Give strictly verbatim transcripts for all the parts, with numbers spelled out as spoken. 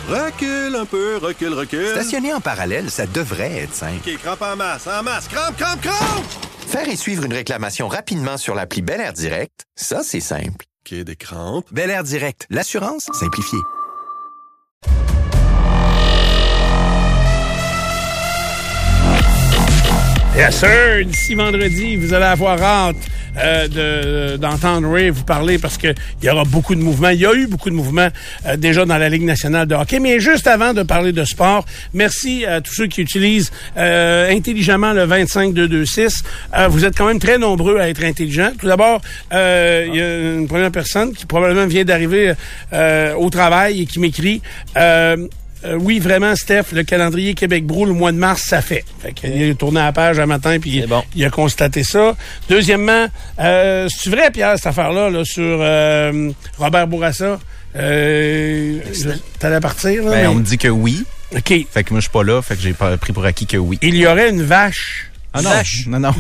Recule un peu, recule, recule. Stationner en parallèle, ça devrait être simple. OK, crampe en masse, en masse, crampe, crampe, crampe! Faire et suivre une réclamation rapidement sur l'appli Bel Air Direct, ça, c'est simple. OK, des crampes. Bel Air Direct, l'assurance simplifiée. Yes sir, d'ici vendredi, vous allez avoir hâte euh, de, d'entendre Ray vous parler parce que il y aura beaucoup de mouvements. Il y a eu beaucoup de mouvements euh, déjà dans la Ligue nationale de hockey. Mais juste avant de parler de sport, merci à tous ceux qui utilisent euh, intelligemment le vingt-cinq deux deux six. Euh, vous êtes quand même très nombreux à être intelligents. Tout d'abord, euh, il y a une première personne qui probablement vient d'arriver euh, au travail et qui m'écrit... Euh, Euh, oui, vraiment, Steph, le calendrier Québec-Brou, le mois de mars, ça fait. Fait qu'il a tourné à la page un matin, puis il, bon. il a constaté ça. Deuxièmement, euh, c'est vrai, Pierre, cette affaire-là, là, sur euh, Robert Bourassa? Euh, T'allais partir, là? Ben, mais... on me dit que oui. OK. Fait que moi, je suis pas là, fait que j'ai pris pour acquis que oui. Il y aurait une vache. Ah non, vache. non, non.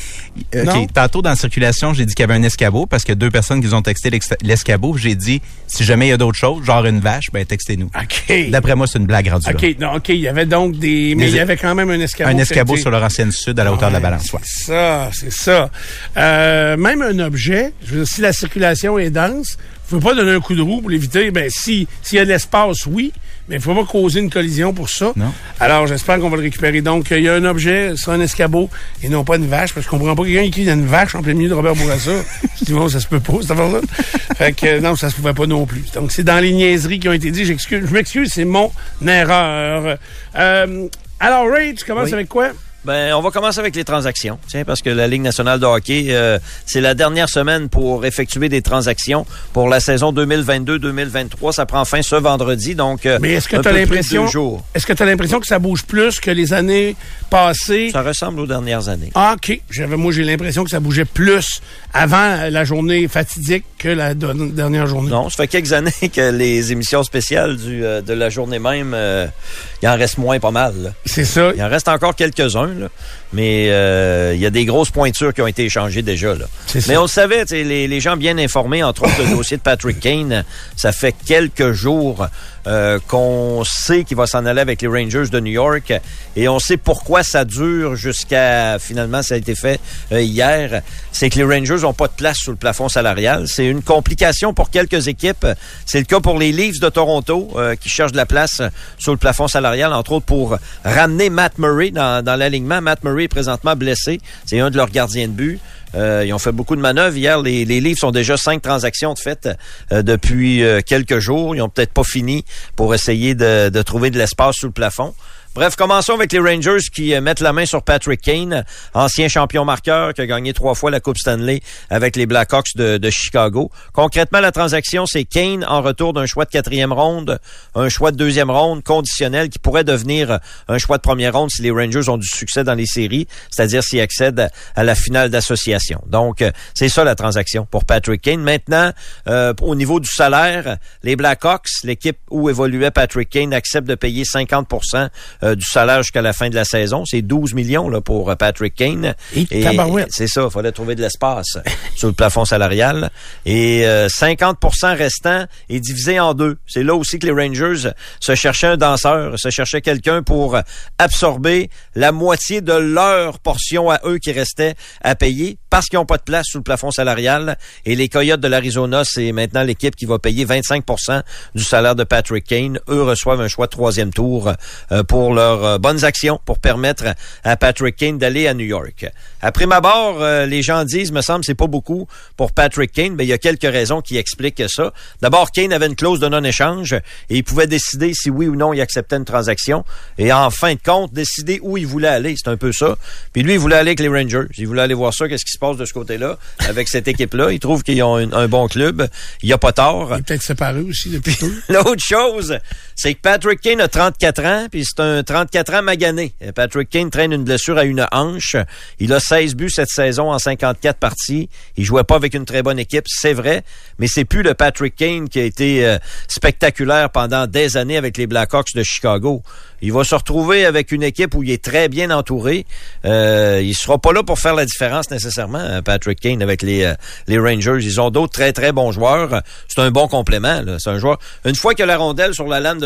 OK, non? Tantôt dans la circulation, j'ai dit qu'il y avait un escabeau parce que deux personnes qui ont texté l'escabeau, j'ai dit si jamais il y a d'autres choses, genre une vache, ben textez-nous. OK. D'après moi, c'est une blague rendue OK, là. non, OK, il y avait donc des mais, mais il y avait quand même un escabeau. Un escabeau c'était... sur Laurentienne Sud à la hauteur ouais, de la balance. Ouais. C'est ça, c'est ça. Euh, même un objet, je veux dire, si la circulation est dense, vous pouvez pas donner un coup de roue pour l'éviter. Ben si s'il y a de l'espace, oui. Mais il ne faut pas causer une collision pour ça. Non. Alors, j'espère qu'on va le récupérer. Donc, il y a un objet, c'est un escabeau, et non pas une vache, parce que je comprends pas quelqu'un qui dit une vache en plein milieu de Robert Bourassa. Je dis, bon, ça se peut pas, cette affaire-là. Fait que, non, ça se pouvait pas non plus. Donc, c'est dans les niaiseries qui ont été dites. J'excuse, je m'excuse, c'est mon erreur. Euh, alors, Ray, tu commences oui. avec quoi? Ben, on va commencer avec les transactions, tiens, parce que la Ligue nationale de hockey, euh, c'est la dernière semaine pour effectuer des transactions pour la saison deux mille vingt-deux deux mille vingt-trois. Ça prend fin ce vendredi, donc euh, mais est-ce que tu as l'impression, est-ce que tu as l'impression que ça bouge plus que les années passées? Ça ressemble aux dernières années. Ah, OK. J'avais, moi, j'ai l'impression que ça bougeait plus avant la journée fatidique que la do- dernière journée. Non, ça fait quelques années que les émissions spéciales du, euh, de la journée même, euh, il en reste moins pas mal. Là. C'est ça. Il en reste encore quelques-uns. Là. Mais il euh, y a des grosses pointures qui ont été échangées déjà. Là. C'est Mais ça. on le savait, les, les gens bien informés, entre autres le dossier de Patrick Kane, ça fait quelques jours euh, qu'on sait qu'il va s'en aller avec les Rangers de New York et on sait pourquoi ça dure jusqu'à, finalement, ça a été fait euh, hier. C'est que les Rangers n'ont pas de place sous le plafond salarial. C'est une complication pour quelques équipes. C'est le cas pour les Leafs de Toronto euh, qui cherchent de la place sous le plafond salarial, entre autres pour ramener Matt Murray dans, dans l'alignement. Matt Murray est présentement blessé. C'est un de leurs gardiens de but. Euh, ils ont fait beaucoup de manœuvres. Hier, les, les Leafs ont déjà cinq transactions de fait euh, depuis euh, quelques jours. Ils ont peut-être pas fini pour essayer de, de trouver de l'espace sous le plafond. Bref, commençons avec les Rangers qui euh, mettent la main sur Patrick Kane, ancien champion marqueur qui a gagné trois fois la Coupe Stanley avec les Blackhawks de, de Chicago. Concrètement, la transaction, c'est Kane en retour d'un choix de quatrième ronde, un choix de deuxième ronde conditionnel qui pourrait devenir un choix de première ronde si les Rangers ont du succès dans les séries, c'est-à-dire s'ils accèdent à la finale d'association. Donc, c'est ça la transaction pour Patrick Kane. Maintenant, euh, au niveau du salaire, les Blackhawks, l'équipe où évoluait Patrick Kane, accepte de payer cinquante pour cent Euh, du salaire jusqu'à la fin de la saison. C'est douze millions là, pour euh, Patrick Kane. Et, et c'est ça, il fallait trouver de l'espace sur le plafond salarial. Et euh, cinquante pour cent restant est divisé en deux. C'est là aussi que les Rangers se cherchaient un danseur, se cherchaient quelqu'un pour absorber la moitié de leur portion à eux qui restait à payer parce qu'ils n'ont pas de place sous le plafond salarial. Et les Coyotes de l'Arizona, c'est maintenant l'équipe qui va payer vingt-cinq pour cent du salaire de Patrick Kane. Eux reçoivent un choix de troisième tour euh, pour leurs euh, bonnes actions pour permettre à Patrick Kane d'aller à New York. Après ma barre, euh, les gens disent, me semble, c'est pas beaucoup pour Patrick Kane. Mais il y a quelques raisons qui expliquent ça. D'abord, Kane avait une clause de non-échange et il pouvait décider si oui ou non il acceptait une transaction. Et en fin de compte, décider où il voulait aller. C'est un peu ça. Puis lui, il voulait aller avec les Rangers. Il voulait aller voir ça, qu'est-ce qui se passe de ce côté-là avec cette équipe-là. Il trouve qu'ils ont un, un bon club. Il n'y a pas tort. Il est peut-être séparé aussi depuis peu. L'autre chose, c'est que Patrick Kane a trente-quatre ans, puis c'est un trente-quatre ans magané. Patrick Kane traîne une blessure à une hanche. Il a seize buts cette saison en cinquante-quatre parties. Il jouait pas avec une très bonne équipe, c'est vrai, mais c'est plus le Patrick Kane qui a été euh, spectaculaire pendant des années avec les Blackhawks de Chicago. Il va se retrouver avec une équipe où il est très bien entouré. Euh, il sera pas là pour faire la différence nécessairement, Patrick Kane, avec les euh, les Rangers. Ils ont d'autres très, très bons joueurs. C'est un bon complément. Là. C'est un joueur. Une fois qu'il a la rondelle sur la lame de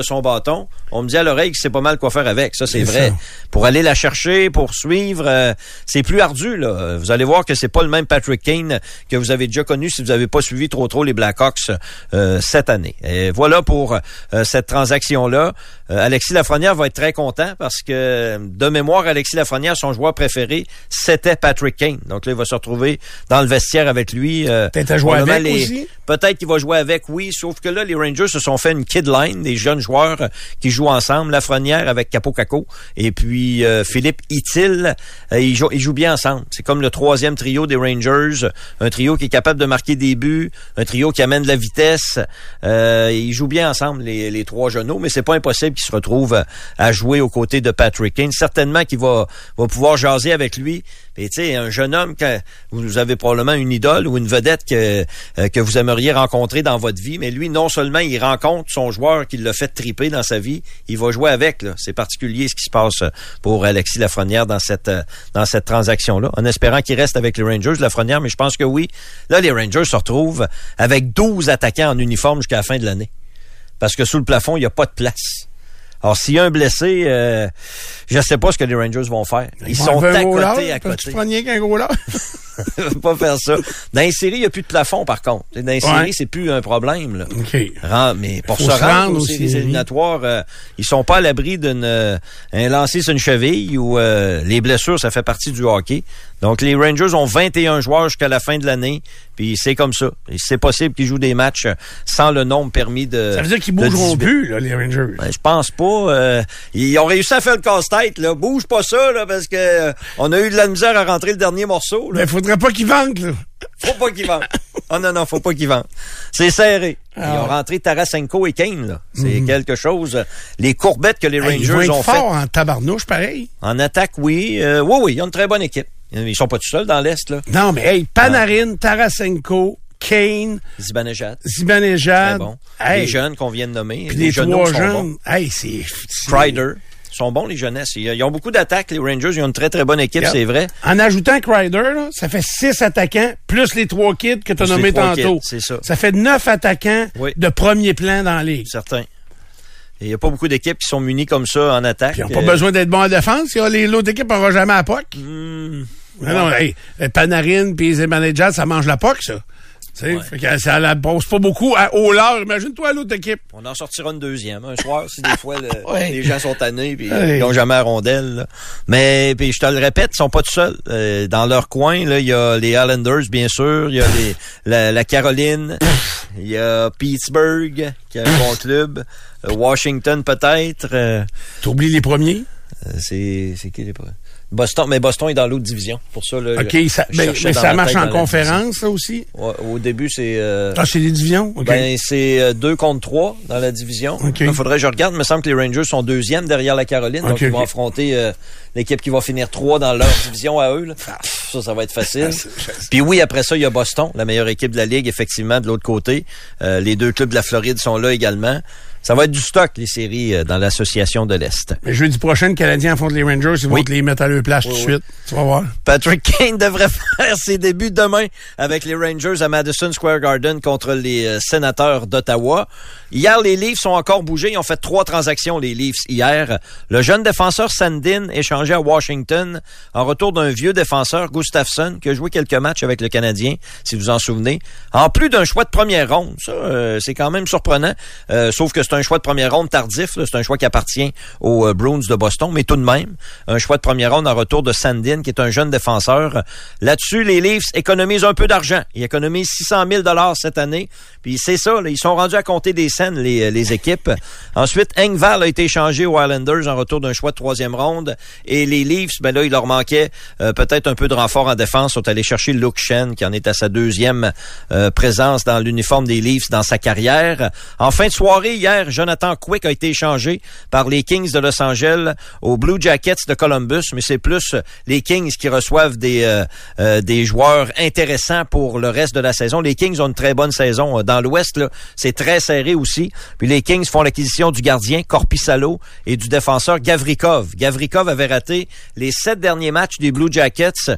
de son bâton, on me dit à l'oreille que c'est pas mal quoi faire avec. Ça, c'est, c'est vrai. Ça. Pour aller la chercher, pour suivre, euh, c'est plus ardu, là. Vous allez voir que c'est pas le même Patrick Kane que vous avez déjà connu si vous avez pas suivi trop trop les Blackhawks euh, cette année. Et voilà pour euh, cette transaction-là. Euh, Alexis Lafrenière va être très content parce que, de mémoire, Alexis Lafrenière, son joueur préféré, c'était Patrick Kane. Donc là, il va se retrouver dans le vestiaire avec lui. Euh, Peut-être à jouer avec les... aussi? Peut-être qu'il va jouer avec, oui. Sauf que là, les Rangers se sont fait une kid line, des jeunes joueurs euh, qui jouent ensemble. Lafrenière avec Capo Caco et puis euh, Philippe Hitil. Euh, ils, jouent, ils jouent bien ensemble. C'est comme le troisième trio des Rangers. Un trio qui est capable de marquer des buts. Un trio qui amène de la vitesse. Euh, ils jouent bien ensemble, les, les trois genoux. Mais c'est pas impossible qu'ils se retrouvent à jouer aux côtés de Patrick Kane. Certainement qu'il va, va pouvoir jaser avec lui. Et tu sais, un jeune homme que vous avez probablement une idole ou une vedette que euh, que vous aimeriez rencontrer dans votre vie, mais lui, non seulement il rencontre son joueur qui l'a fait triper dans sa vie, il va jouer avec. Là. C'est particulier ce qui se passe pour Alexis Lafrenière dans cette dans cette transaction-là. En espérant qu'il reste avec les Rangers, Lafrenière, mais je pense que oui. Là, les Rangers se retrouvent avec douze attaquants en uniforme jusqu'à la fin de l'année. Parce que sous le plafond, il n'y a pas de place. Alors, s'il y a un blessé, euh, je ne sais pas ce que les Rangers vont faire. Ils, Ils sont à côté, à côté. Tu prends rien qu'un gros là? Pas faire ça. Dans les séries, il n'y a plus de plafond, par contre. Dans les séries, ouais. c'est plus un problème, là. Okay. Mais pour se rendre, rendre aux séries éliminatoires, euh, ils sont pas à l'abri d'un euh, lancer sur une cheville ou euh, les blessures, ça fait partie du hockey. Donc, les Rangers ont vingt et un joueurs jusqu'à la fin de l'année, puis c'est comme ça. Et c'est possible qu'ils jouent des matchs sans le nombre permis de... Ça veut dire qu'ils bougeront plus, là, les Rangers. Ben, je pense pas. Euh, ils ont réussi à faire le casse-tête, là. Bouge pas ça, là, parce que euh, on a eu de la misère à rentrer le dernier morceau, là. Mais faudrait pas qu'ils vendent, là. Faut pas qu'ils vendent. Oh non, non, faut pas qu'ils vendent. C'est serré. Ah. Ils ont rentré Tarasenko et Kane, là. C'est mm-hmm. quelque chose. Les courbettes que les Rangers hey, ils vont être ont faites. Forts en tabarnouche, pareil. En attaque, oui. Euh, oui, oui, ils ont une très bonne équipe. Ils sont pas tout seuls dans l'Est, là. Non, mais hey, Panarin, ah. Tarasenko, Kane, Zibanejad. Zibanejad. Très bon. Hey. Les jeunes qu'on vient de nommer. Puis les, les trois jeunes. Bons. Hey, c'est... Crider. Ils sont bons, les jeunesses. Ils ont beaucoup d'attaques, les Rangers. Ils ont une très, très bonne équipe, yep. c'est vrai. En ajoutant Crider, là, ça fait six attaquants, plus les trois kids que tu as nommés tantôt. C'est ça. Ça fait neuf attaquants oui. de premier plan dans la ligue. Certain. Il n'y a pas beaucoup d'équipes qui sont munies comme ça en attaque. Puis ils n'ont pas euh... besoin d'être bons en défense. L'autre équipe n'aura jamais la P O C. Mmh. Non, non, hey, Panarin et Zibanejad, ça mange la P O C, ça. Ouais. Fait que ça la pose pas beaucoup à, au lard. Imagine-toi à l'autre équipe. On en sortira une deuxième. Un soir, si des fois le, ouais. les gens sont tannés puis ouais. ils n'ont jamais la rondelle. Là. Mais puis je te le répète, ils sont pas tout seuls. Euh, dans leur coin, là, il y a les Islanders, bien sûr. Il y a les, la, la Caroline. Il y a Pittsburgh, qui a un bon club. Euh, Washington, peut-être. Euh, T'oublies les premiers? Euh, c'est, c'est qui les premiers? Boston, mais Boston est dans l'autre division. Pour ça, là, OK, ça, ben, mais ça marche en conférence, ça aussi? Ouais, au début, c'est... Euh, ah, c'est des divisions? Okay. Ben, c'est euh, deux contre trois dans la division. Okay. Il faudrait que je regarde. Il me semble que les Rangers sont deuxième derrière la Caroline. Donc, okay, ils vont okay. affronter euh, l'équipe qui va finir trois dans leur division à eux. Là. Ça, ça va être facile. Puis oui, après ça, il y a Boston, la meilleure équipe de la Ligue, effectivement, de l'autre côté. Euh, les deux clubs de la Floride sont là également. Ça va être du stock, les séries, euh, dans l'association de l'Est. Mais jeudi prochain, le Canadien affronte les Rangers. Ils vont oui. te les mettre à leur place oui, tout de oui. suite. Tu vas voir. Patrick Kane devrait faire ses débuts demain avec les Rangers à Madison Square Garden contre les euh, Sénateurs d'Ottawa. Hier, les Leafs ont encore bougé. Ils ont fait trois transactions, les Leafs, hier. Le jeune défenseur Sandin échangé à Washington en retour d'un vieux défenseur, Gustafsson, qui a joué quelques matchs avec le Canadien, si vous en souvenez. En plus d'un choix de première ronde. Ça, euh, c'est quand même surprenant. Euh, sauf que c'est un choix de première ronde tardif. Là. C'est un choix qui appartient aux euh, Bruins de Boston. Mais tout de même, un choix de première ronde en retour de Sandin, qui est un jeune défenseur. Là-dessus, les Leafs économisent un peu d'argent. Ils économisent six cent mille dollars cette année. Puis c'est ça, là, ils sont rendus à compter des scènes, les, les équipes. Ensuite, Engvall a été échangé aux Islanders en retour d'un choix de troisième ronde. Et les Leafs, ben là, il leur manquait euh, peut-être un peu de renfort en défense. Ils sont allés chercher Luke Schenn, qui en est à sa deuxième euh, présence dans l'uniforme des Leafs dans sa carrière. En fin de soirée, hier, Jonathan Quick a été échangé par les Kings de Los Angeles aux Blue Jackets de Columbus. Mais c'est plus les Kings qui reçoivent des, euh, euh, des joueurs intéressants pour le reste de la saison. Les Kings ont une très bonne saison. Dans l'Ouest, là, c'est très serré aussi. Puis les Kings font l'acquisition du gardien Korpisalo et du défenseur Gavrikov. Gavrikov avait raté les sept derniers matchs des Blue Jackets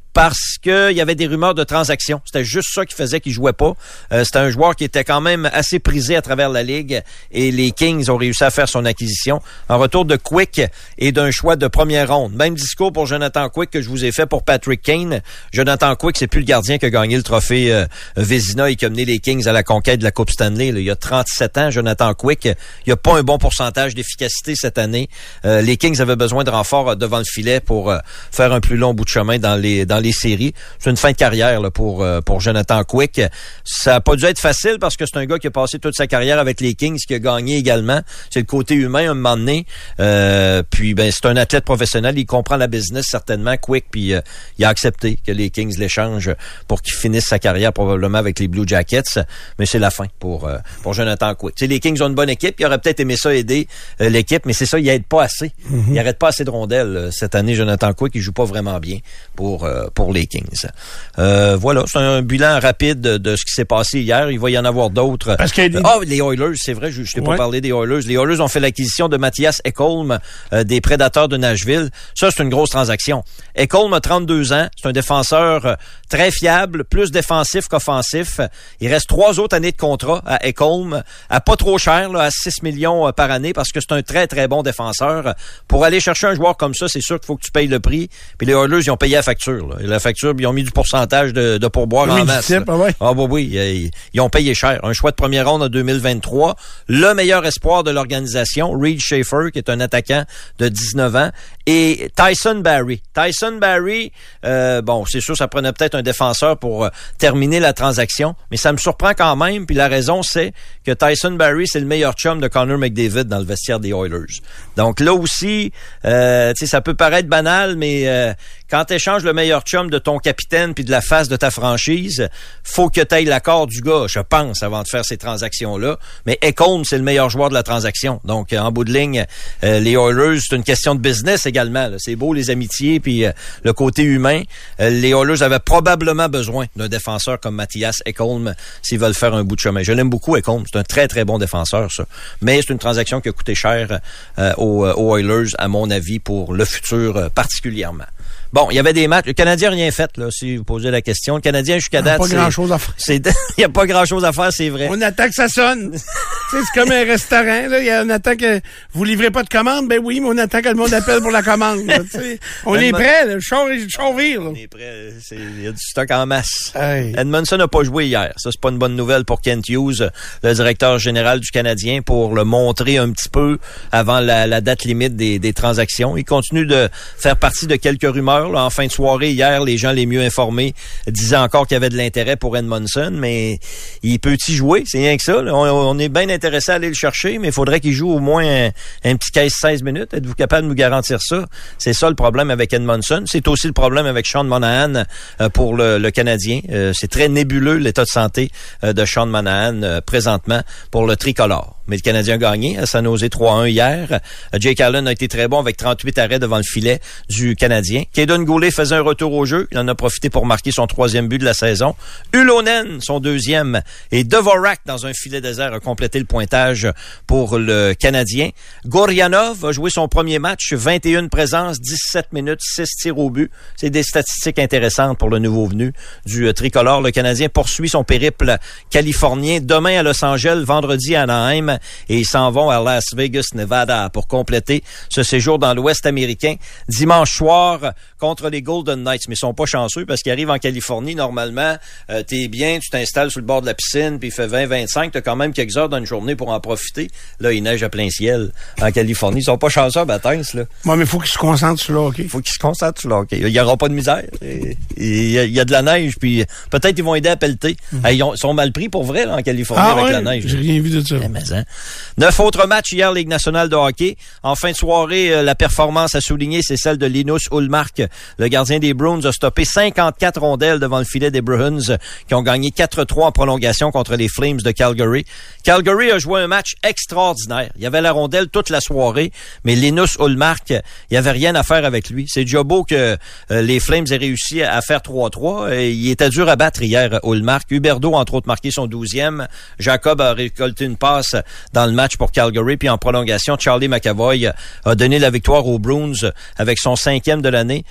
parce que il y avait des rumeurs de transactions. C'était juste ça qui faisait qu'il jouait pas. Euh, c'était un joueur qui était quand même assez prisé à travers la ligue et les Kings ont réussi à faire son acquisition en retour de Quick et d'un choix de première ronde. Même discours pour Jonathan Quick que je vous ai fait pour Patrick Kane. Jonathan Quick, c'est plus le gardien qui a gagné le trophée euh, Vézina et qui a mené les Kings à la conquête de la Coupe Stanley. Là, il y a trente-sept ans, Jonathan Quick. Il a pas un bon pourcentage d'efficacité cette année. Euh, les Kings avaient besoin de renfort euh, devant le filet pour euh, faire un plus long bout de chemin dans les dans les séries. C'est une fin de carrière là, pour euh, pour Jonathan Quick. Ça a pas dû être facile parce que c'est un gars qui a passé toute sa carrière avec les Kings, qui a gagné également. C'est le côté humain à un moment donné. Euh, puis ben c'est un athlète professionnel, il comprend la business certainement, Quick, puis euh, il a accepté que les Kings l'échangent pour qu'il finisse sa carrière probablement avec les Blue Jackets. Mais c'est la fin pour euh, pour Jonathan Quick. Tu sais, les Kings ont une bonne équipe, il aurait peut-être aimé ça aider euh, l'équipe, mais c'est ça, il aide pas assez. Mm-hmm. Il arrête pas assez de rondelles euh, cette année. Jonathan Quick, il joue pas vraiment bien pour euh, pour les Kings. Euh, voilà, c'est un bilan rapide de, de ce qui s'est passé hier. Il va y en avoir d'autres. Parce que ah, oh, les Oilers, c'est vrai, je, je t'ai ouais. pas parlé des Oilers. Les Oilers ont fait l'acquisition de Mattias Ekholm euh, des Prédateurs de Nashville. Ça, c'est une grosse transaction. Ekholm a trente-deux ans, c'est un défenseur euh, très fiable, plus défensif qu'offensif. Il reste trois autres années de contrat à Ekholm, à pas trop cher, là, à six millions euh, par année, parce que c'est un très, très bon défenseur. Pour aller chercher un joueur comme ça, c'est sûr qu'il faut que tu payes le prix. Puis les Oilers, ils ont payé la facture. Là. Et la facture, ils ont mis du pourcentage de, de pourboire oui, en masse. Type, ah, ouais. ah bah oui, ils, ils ont payé cher. Un choix de première ronde en deux mille vingt-trois. Le meilleur espoir de l'organisation, Reed Schaefer, qui est un attaquant de dix-neuf ans. Et Tyson Barrie. Tyson Barrie, euh, bon, c'est sûr, ça prenait peut-être un défenseur pour euh, terminer la transaction, mais ça me surprend quand même. Puis la raison, c'est que Tyson Barrie, c'est le meilleur chum de Connor McDavid dans le vestiaire des Oilers. Donc là aussi, euh, tu sais, ça peut paraître banal, mais euh, quand tu échanges le meilleur chum de ton capitaine puis de la face de ta franchise, faut que tu ailles l'accord du gars, je pense, avant de faire ces transactions-là. Mais Ekholm, c'est le meilleur joueur de la transaction. Donc, en bout de ligne, euh, les Oilers, c'est une question de business également. Là. C'est beau, les amitiés puis euh, le côté humain. Euh, les Oilers avaient probablement besoin d'un défenseur comme Mattias Ekholm s'ils veulent faire un bout de chemin. Je l'aime beaucoup, Ekholm. C'est un très, très bon défenseur, ça. Mais c'est une transaction qui a coûté cher euh, aux, aux Oilers, à mon avis, pour le futur euh, particulièrement. Bon, il y avait des matchs. Le Canadien n'a rien fait, là, si vous posez la question. Le Canadien, jusqu'à date, il n'y a pas grand-chose à faire. Il n'y a pas grand-chose à faire, c'est vrai. On attend que ça sonne. Tu sais, c'est comme un restaurant, là. Y a, on attend que vous livrez pas de commande. Ben oui, mais on attend que le monde appelle pour la commande. Là, on est prêt, là. Le char, le char vire, là. On est prêt. Il y a du stock en masse. Hey. Edmondson n'a pas joué hier. Ça, c'est pas une bonne nouvelle pour Kent Hughes, le directeur général du Canadien, pour le montrer un petit peu avant la, la date limite des, des transactions. Il continue de faire partie de quelques rumeurs, là, en fin de soirée. Hier, les gens les mieux informés disaient encore qu'il y avait de l'intérêt pour Edmondson, mais il peut-y jouer, c'est rien que ça. On, on est bien intéressé à aller le chercher, mais il faudrait qu'il joue au moins un, un petit quinze seize minutes. Êtes-vous capable de nous garantir ça? C'est ça le problème avec Edmondson. C'est aussi le problème avec Sean Monahan euh, pour le, le Canadien. Euh, c'est très nébuleux l'état de santé euh, de Sean Monahan euh, présentement pour le tricolore. Mais le Canadien a gagné à San Jose trois un hier. Jake Allen a été très bon avec trente-huit arrêts devant le filet du Canadien. Kaden Goulet faisait un retour au jeu. Il en a profité pour marquer son troisième but de la saison. Ulonen, son deuxième. Et Dvorak, dans un filet désert, a complété le pointage pour le Canadien. Gurianov a joué son premier match. vingt et une présences, dix-sept minutes, six tirs au but. C'est des statistiques intéressantes pour le nouveau venu du tricolore. Le Canadien poursuit son périple californien. Demain à Los Angeles, vendredi à Anaheim. Et ils s'en vont à Las Vegas, Nevada pour compléter ce séjour dans l'Ouest américain. Dimanche soir contre les Golden Knights. Mais ils sont pas chanceux parce qu'ils arrivent en Californie. Normalement, euh, t'es bien, tu t'installes sur le bord de la piscine puis il fait vingt vingt-cinq. T'as quand même quelques heures dans une journée pour en profiter. Là, il neige à plein ciel en Californie. Ils sont pas chanceux à Bataille, là. Ouais, mais il faut qu'ils se concentrent sur le hockey. Il faut qu'ils se concentrent sur le hockey. Il y aura pas de misère. Il y a, il y a de la neige puis peut-être ils vont aider à pelleter. Mm-hmm. Ils, ont, ils sont mal pris pour vrai là, en Californie ah, avec ouais, la neige. J'ai rien vu de ça. Mais, hein. Neuf autres matchs hier, Ligue nationale de hockey. En fin de soirée, euh, la performance à souligner, c'est celle de Linus Ullmark. Le gardien des Bruins a stoppé cinquante-quatre rondelles devant le filet des Bruins qui ont gagné quatre trois en prolongation contre les Flames de Calgary. Calgary a joué un match extraordinaire. Il y avait la rondelle toute la soirée, mais Linus Ullmark, il n'y avait rien à faire avec lui. C'est déjà beau que euh, les Flames aient réussi à faire trois trois. Et il était dur à battre hier, Ullmark. Huberdeau, entre autres, marqué son douzième. Jacob a récolté une passe dans le match pour Calgary. Puis en prolongation, Charlie McAvoy a donné la victoire aux Bruins avec son cinquième de l'année.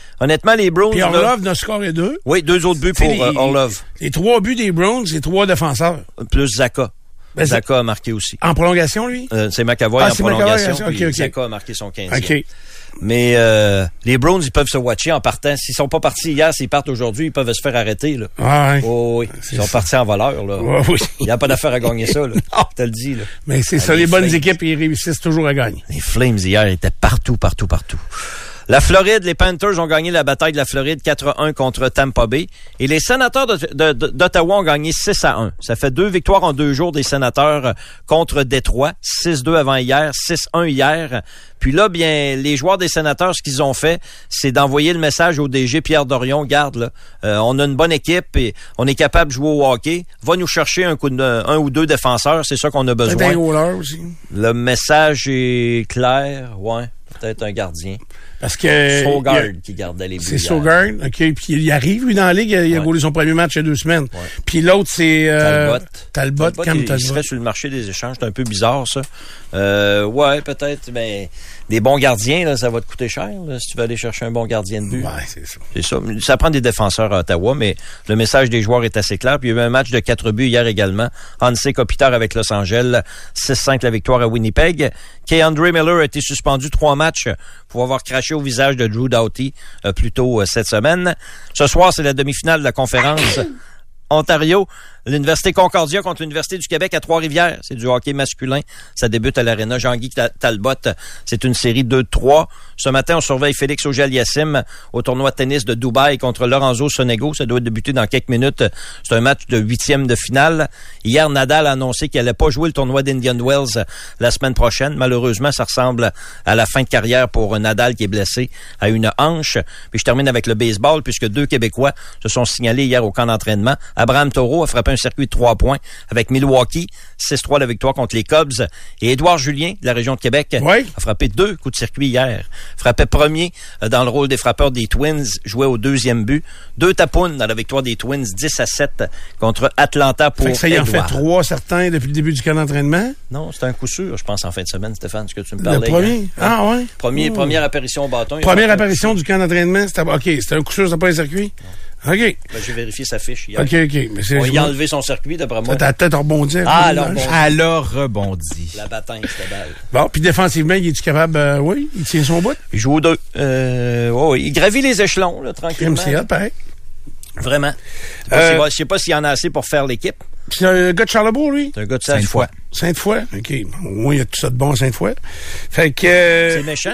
honnêtement, les Browns... Puis là, Orlov n'a scoré deux. oui, deux autres buts pour les, euh, Orlov. Les trois buts des Browns, c'est trois défenseurs. Plus Zaka. Ben, Zaka a marqué aussi. En prolongation, lui? Euh, c'est McAvoy Ah, en c'est prolongation. McAvoy, Puis ok, ok. Zaka a marqué son quinzième. OK. Mais euh, les Browns, ils peuvent se watcher en partant. S'ils sont pas partis hier, s'ils partent aujourd'hui, ils peuvent se faire arrêter. Là. Ah, ouais. Oh, oui, ils sont partis en voleur. Là. Ouais, oui. Il n'y a pas d'affaire à gagner ça. Là. Je te le dis. Là. Mais c'est Ah, ça, les les bonnes Flames. équipes, ils réussissent toujours à gagner. Les Flames, hier, étaient partout, partout, partout. La Floride, les Panthers ont gagné la bataille de la Floride quatre à un contre Tampa Bay. Et les Sénateurs de, de, de, d'Ottawa ont gagné six à un. Ça fait deux victoires en deux jours des Sénateurs contre Détroit. six deux avant hier, six un hier. Puis là, bien, les joueurs des Sénateurs, ce qu'ils ont fait, c'est d'envoyer le message au D G Pierre Dorion. Garde, là, euh, on a une bonne équipe et on est capable de jouer au hockey. Va nous chercher un, coup de, un ou deux défenseurs. C'est ça qu'on a C'est un besoin. goaler aussi. Le message est clair. Ouais, peut-être un gardien. Parce que... Sogard il y a- qui gardait les buts. C'est hier. Sogard, OK. Puis il arrive, lui, dans la ligue. Il a, il a Ouais. goalé son premier match il y a deux semaines. Ouais. Puis l'autre, c'est... Euh, Talbot. Talbot, Talbot, comme il, il Talbot. serait sur le marché des échanges. C'est un peu bizarre, ça. Euh, ouais, peut-être. Mais des bons gardiens, là, ça va te coûter cher, là, si tu veux aller chercher un bon gardien de but. Ouais, c'est ça. C'est ça. Ça prend des défenseurs à Ottawa, mais le message des joueurs est assez clair. Puis il y a eu un match de quatre buts hier également. Hansi Kopitar avec Los Angeles. six cinq la victoire à Winnipeg. K'Andre Miller a été suspendu trois matchs pour avoir craché au visage de Drew Doughty euh, plus tôt euh, cette semaine. Ce soir, c'est la demi-finale de la conférence Ontario. L'Université Concordia contre l'Université du Québec à Trois-Rivières. C'est du hockey masculin. Ça débute à l'Arena Jean-Guy Talbot. C'est une série deux trois. Ce matin, on surveille Félix Auger-Aliassime au tournoi de tennis de Dubaï contre Lorenzo Sonego. Ça doit débuter dans quelques minutes. C'est un match de huitième de finale. Hier, Nadal a annoncé qu'il n'allait pas jouer le tournoi d'Indian Wells la semaine prochaine. Malheureusement, ça ressemble à la fin de carrière pour Nadal qui est blessé à une hanche. Puis je termine avec le baseball puisque deux Québécois se sont signalés hier au camp d'entraînement. Abraham Taureau a frappé un circuit de trois points avec Milwaukee. six trois la victoire contre les Cubs. Et Édouard Julien, de la région de Québec, Oui. a frappé deux coups de circuit hier. Frappait premier dans le rôle des frappeurs des Twins, jouait au deuxième but. Deux tapounes dans la victoire des Twins, dix à sept contre Atlanta pour Fait que ça y en fait Édouard. trois certains depuis le début du camp d'entraînement. Non, c'est un coup sûr, je pense, en fin de semaine, Stéphane, ce que tu me Le parlais. premier. hier. Ah, ouais. Premier, Oh. Première apparition au bâton. il Première a fait un apparition coup du camp d'entraînement. C'était, OK, c'était un coup sûr, c'était pas un circuit. OK. sûr. Ben, j'ai vérifié sa fiche hier. OK, OK. Mais c'est, On y a enlevé son circuit, d'après moi. ta tête rebondit. Ah, alors bon. Elle a rebondi. La bataille, c'était balle. Bon, puis défensivement, il est-tu capable? euh, oui, il tient son bout. Il joue aux deux. Euh, oh, il gravit les échelons, là, tranquillement. Crime, c'est hot, pareil. Vraiment. Je sais pas Euh, s'il va- je sais pas s'il y en a assez pour faire l'équipe. Puis c'est un gars de Charlebourg, lui. C'est un gars de Sainte-Foy. Sainte-Foy. Sainte-Foy. OK. Au moins, il y a tout ça de bon à Sainte-Foy. Fait que... euh, C'est méchant.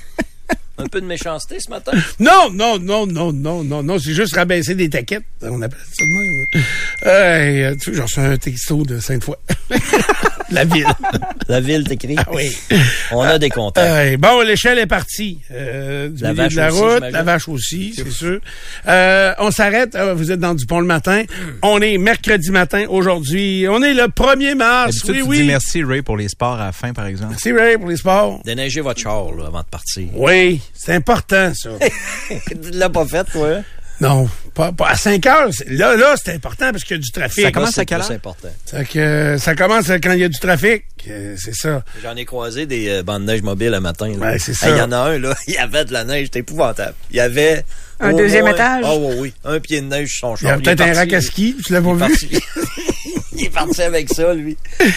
Un peu de méchanceté ce matin. Non, non, non, non, non, non, non, c'est juste rabaisser des taquettes. On appelle ça de même. Euh, tu sais, j'en reçu un texto de Sainte-Foy. La ville. La ville t'écrit. Ah oui. On a des contacts. Euh, bon, l'échelle est partie. Euh, du La milieu vache de la aussi, route, j'imagine. la vache aussi, c'est sûr. Euh, on s'arrête. Euh, vous êtes dans Dupont le matin. On est mercredi matin aujourd'hui. On est le premier mars. D'habitude, Oui, tu oui. dis merci, Ray, pour les sports à la fin, par exemple. Merci, Ray, pour les sports. Déneiger votre char là, avant de partir. Oui, c'est important, ça. Tu l'as pas fait, toi? Non, pas, pas à cinq heures. c'est- Là, là, c'est important parce qu'il y a du trafic. Ça commence c'est à quelle plus heure? important. Ça, que, euh, ça commence quand il y a du trafic. Euh, c'est ça. J'en ai croisé des euh, bandes de neige mobiles le matin. là. Ouais, c'est ça. Il y en a un, là, il y avait de la neige, c'était épouvantable. Il y avait... Un au deuxième moins- étage? Ah oui, oui. Un pied de neige sur son Il y a char. peut-être est un parti, rack à ski, tu l'as pas Il est vu? parti. Il est parti avec ça, lui.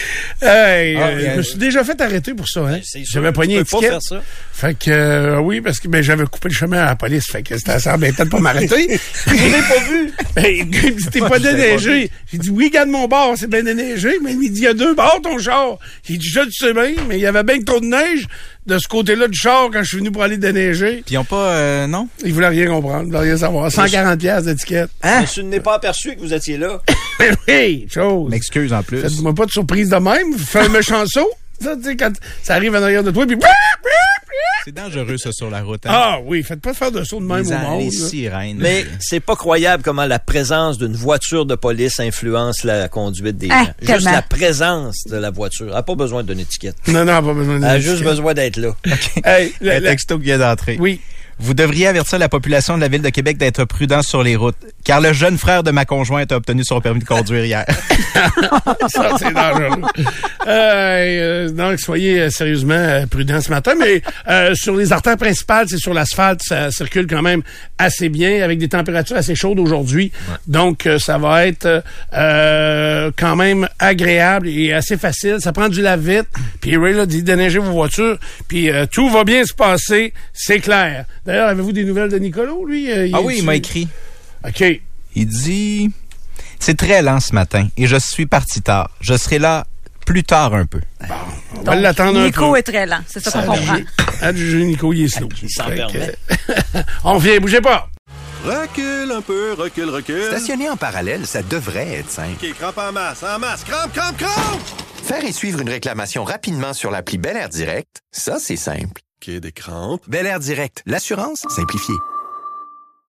Hey, Ah, euh, bien. je me suis déjà fait arrêter pour ça. Hein? C'est sûr, J'avais tu pogné peux une pas étiquette. faire ça. Fait que, euh, oui, parce que ben, j'avais coupé le chemin à la police. Fait que c'était ça, ben, peut-être pas m'arrêter. Je l'ai pas vu. Ben, c'était pas déneigé. J'ai dit, oui, garde mon bord, c'est bien déneigé. Mais il dit, il y a deux bords, ton char. J'ai dit, je le sais bien, mais il y avait bien trop de neige de ce côté-là du char quand je suis venu pour aller déneiger. Puis ils ont pas... euh, non? Il voulait rien comprendre, il voulait rien savoir. cent quarante piastres d'étiquette. Je Je n'ai pas aperçu que vous étiez là. Oui, chose. M'excuse en plus. Faites-moi pas de surprise de même. Fais un méchant saut. Ça, tu sais, quand ça arrive en arrière de toi, puis... C'est dangereux, ça, sur la route. hein? Ah oui, faites pas faire de saut de même les, au a- monde. les là. sirènes. Mais c'est pas croyable comment la présence d'une voiture de police influence la conduite des Ah, gens. Juste tellement. la présence de la voiture. Elle n'a pas besoin d'une étiquette. Non, non, pas besoin de Elle a juste besoin d'être là. Hey, le- Un le- texto qui vient d'entrer. Oui. Vous devriez avertir la population de la Ville de Québec d'être prudent sur les routes, car le jeune frère de ma conjointe a obtenu son permis de conduire hier. Ça, c'est dangereux. Euh, euh, donc, soyez euh, sérieusement euh, prudents ce matin. Mais euh, sur les artères principales, c'est sur l'asphalte, ça circule quand même assez bien, avec des températures assez chaudes aujourd'hui. Ouais. Donc, euh, ça va être euh, quand même agréable et assez facile. Ça prend du lave-vite. Puis Ray là, dit déneiger vos voitures. Puis euh, tout va bien se passer, c'est clair. D'ailleurs, avez-vous des nouvelles de Nicolas, lui? Euh, ah oui, il m'a écrit. OK. Il dit... C'est très lent ce matin et je suis parti tard. Je serai là plus tard un peu. Bon, on va l'attendre un peu. Nico est très lent, c'est ça, ça qu'on comprend. Adjugé, Nico, il est slow. Il s'en permet. On revient, bougez pas. Recule un peu, recule, recule. Stationner en parallèle, ça devrait être simple. OK, crampe en masse, en masse, crampe, crampe, crampe! Faire et suivre une réclamation rapidement sur l'appli Bel Air Direct, ça, c'est simple. OK, des crampes. Bel Air Direct, l'assurance simplifiée.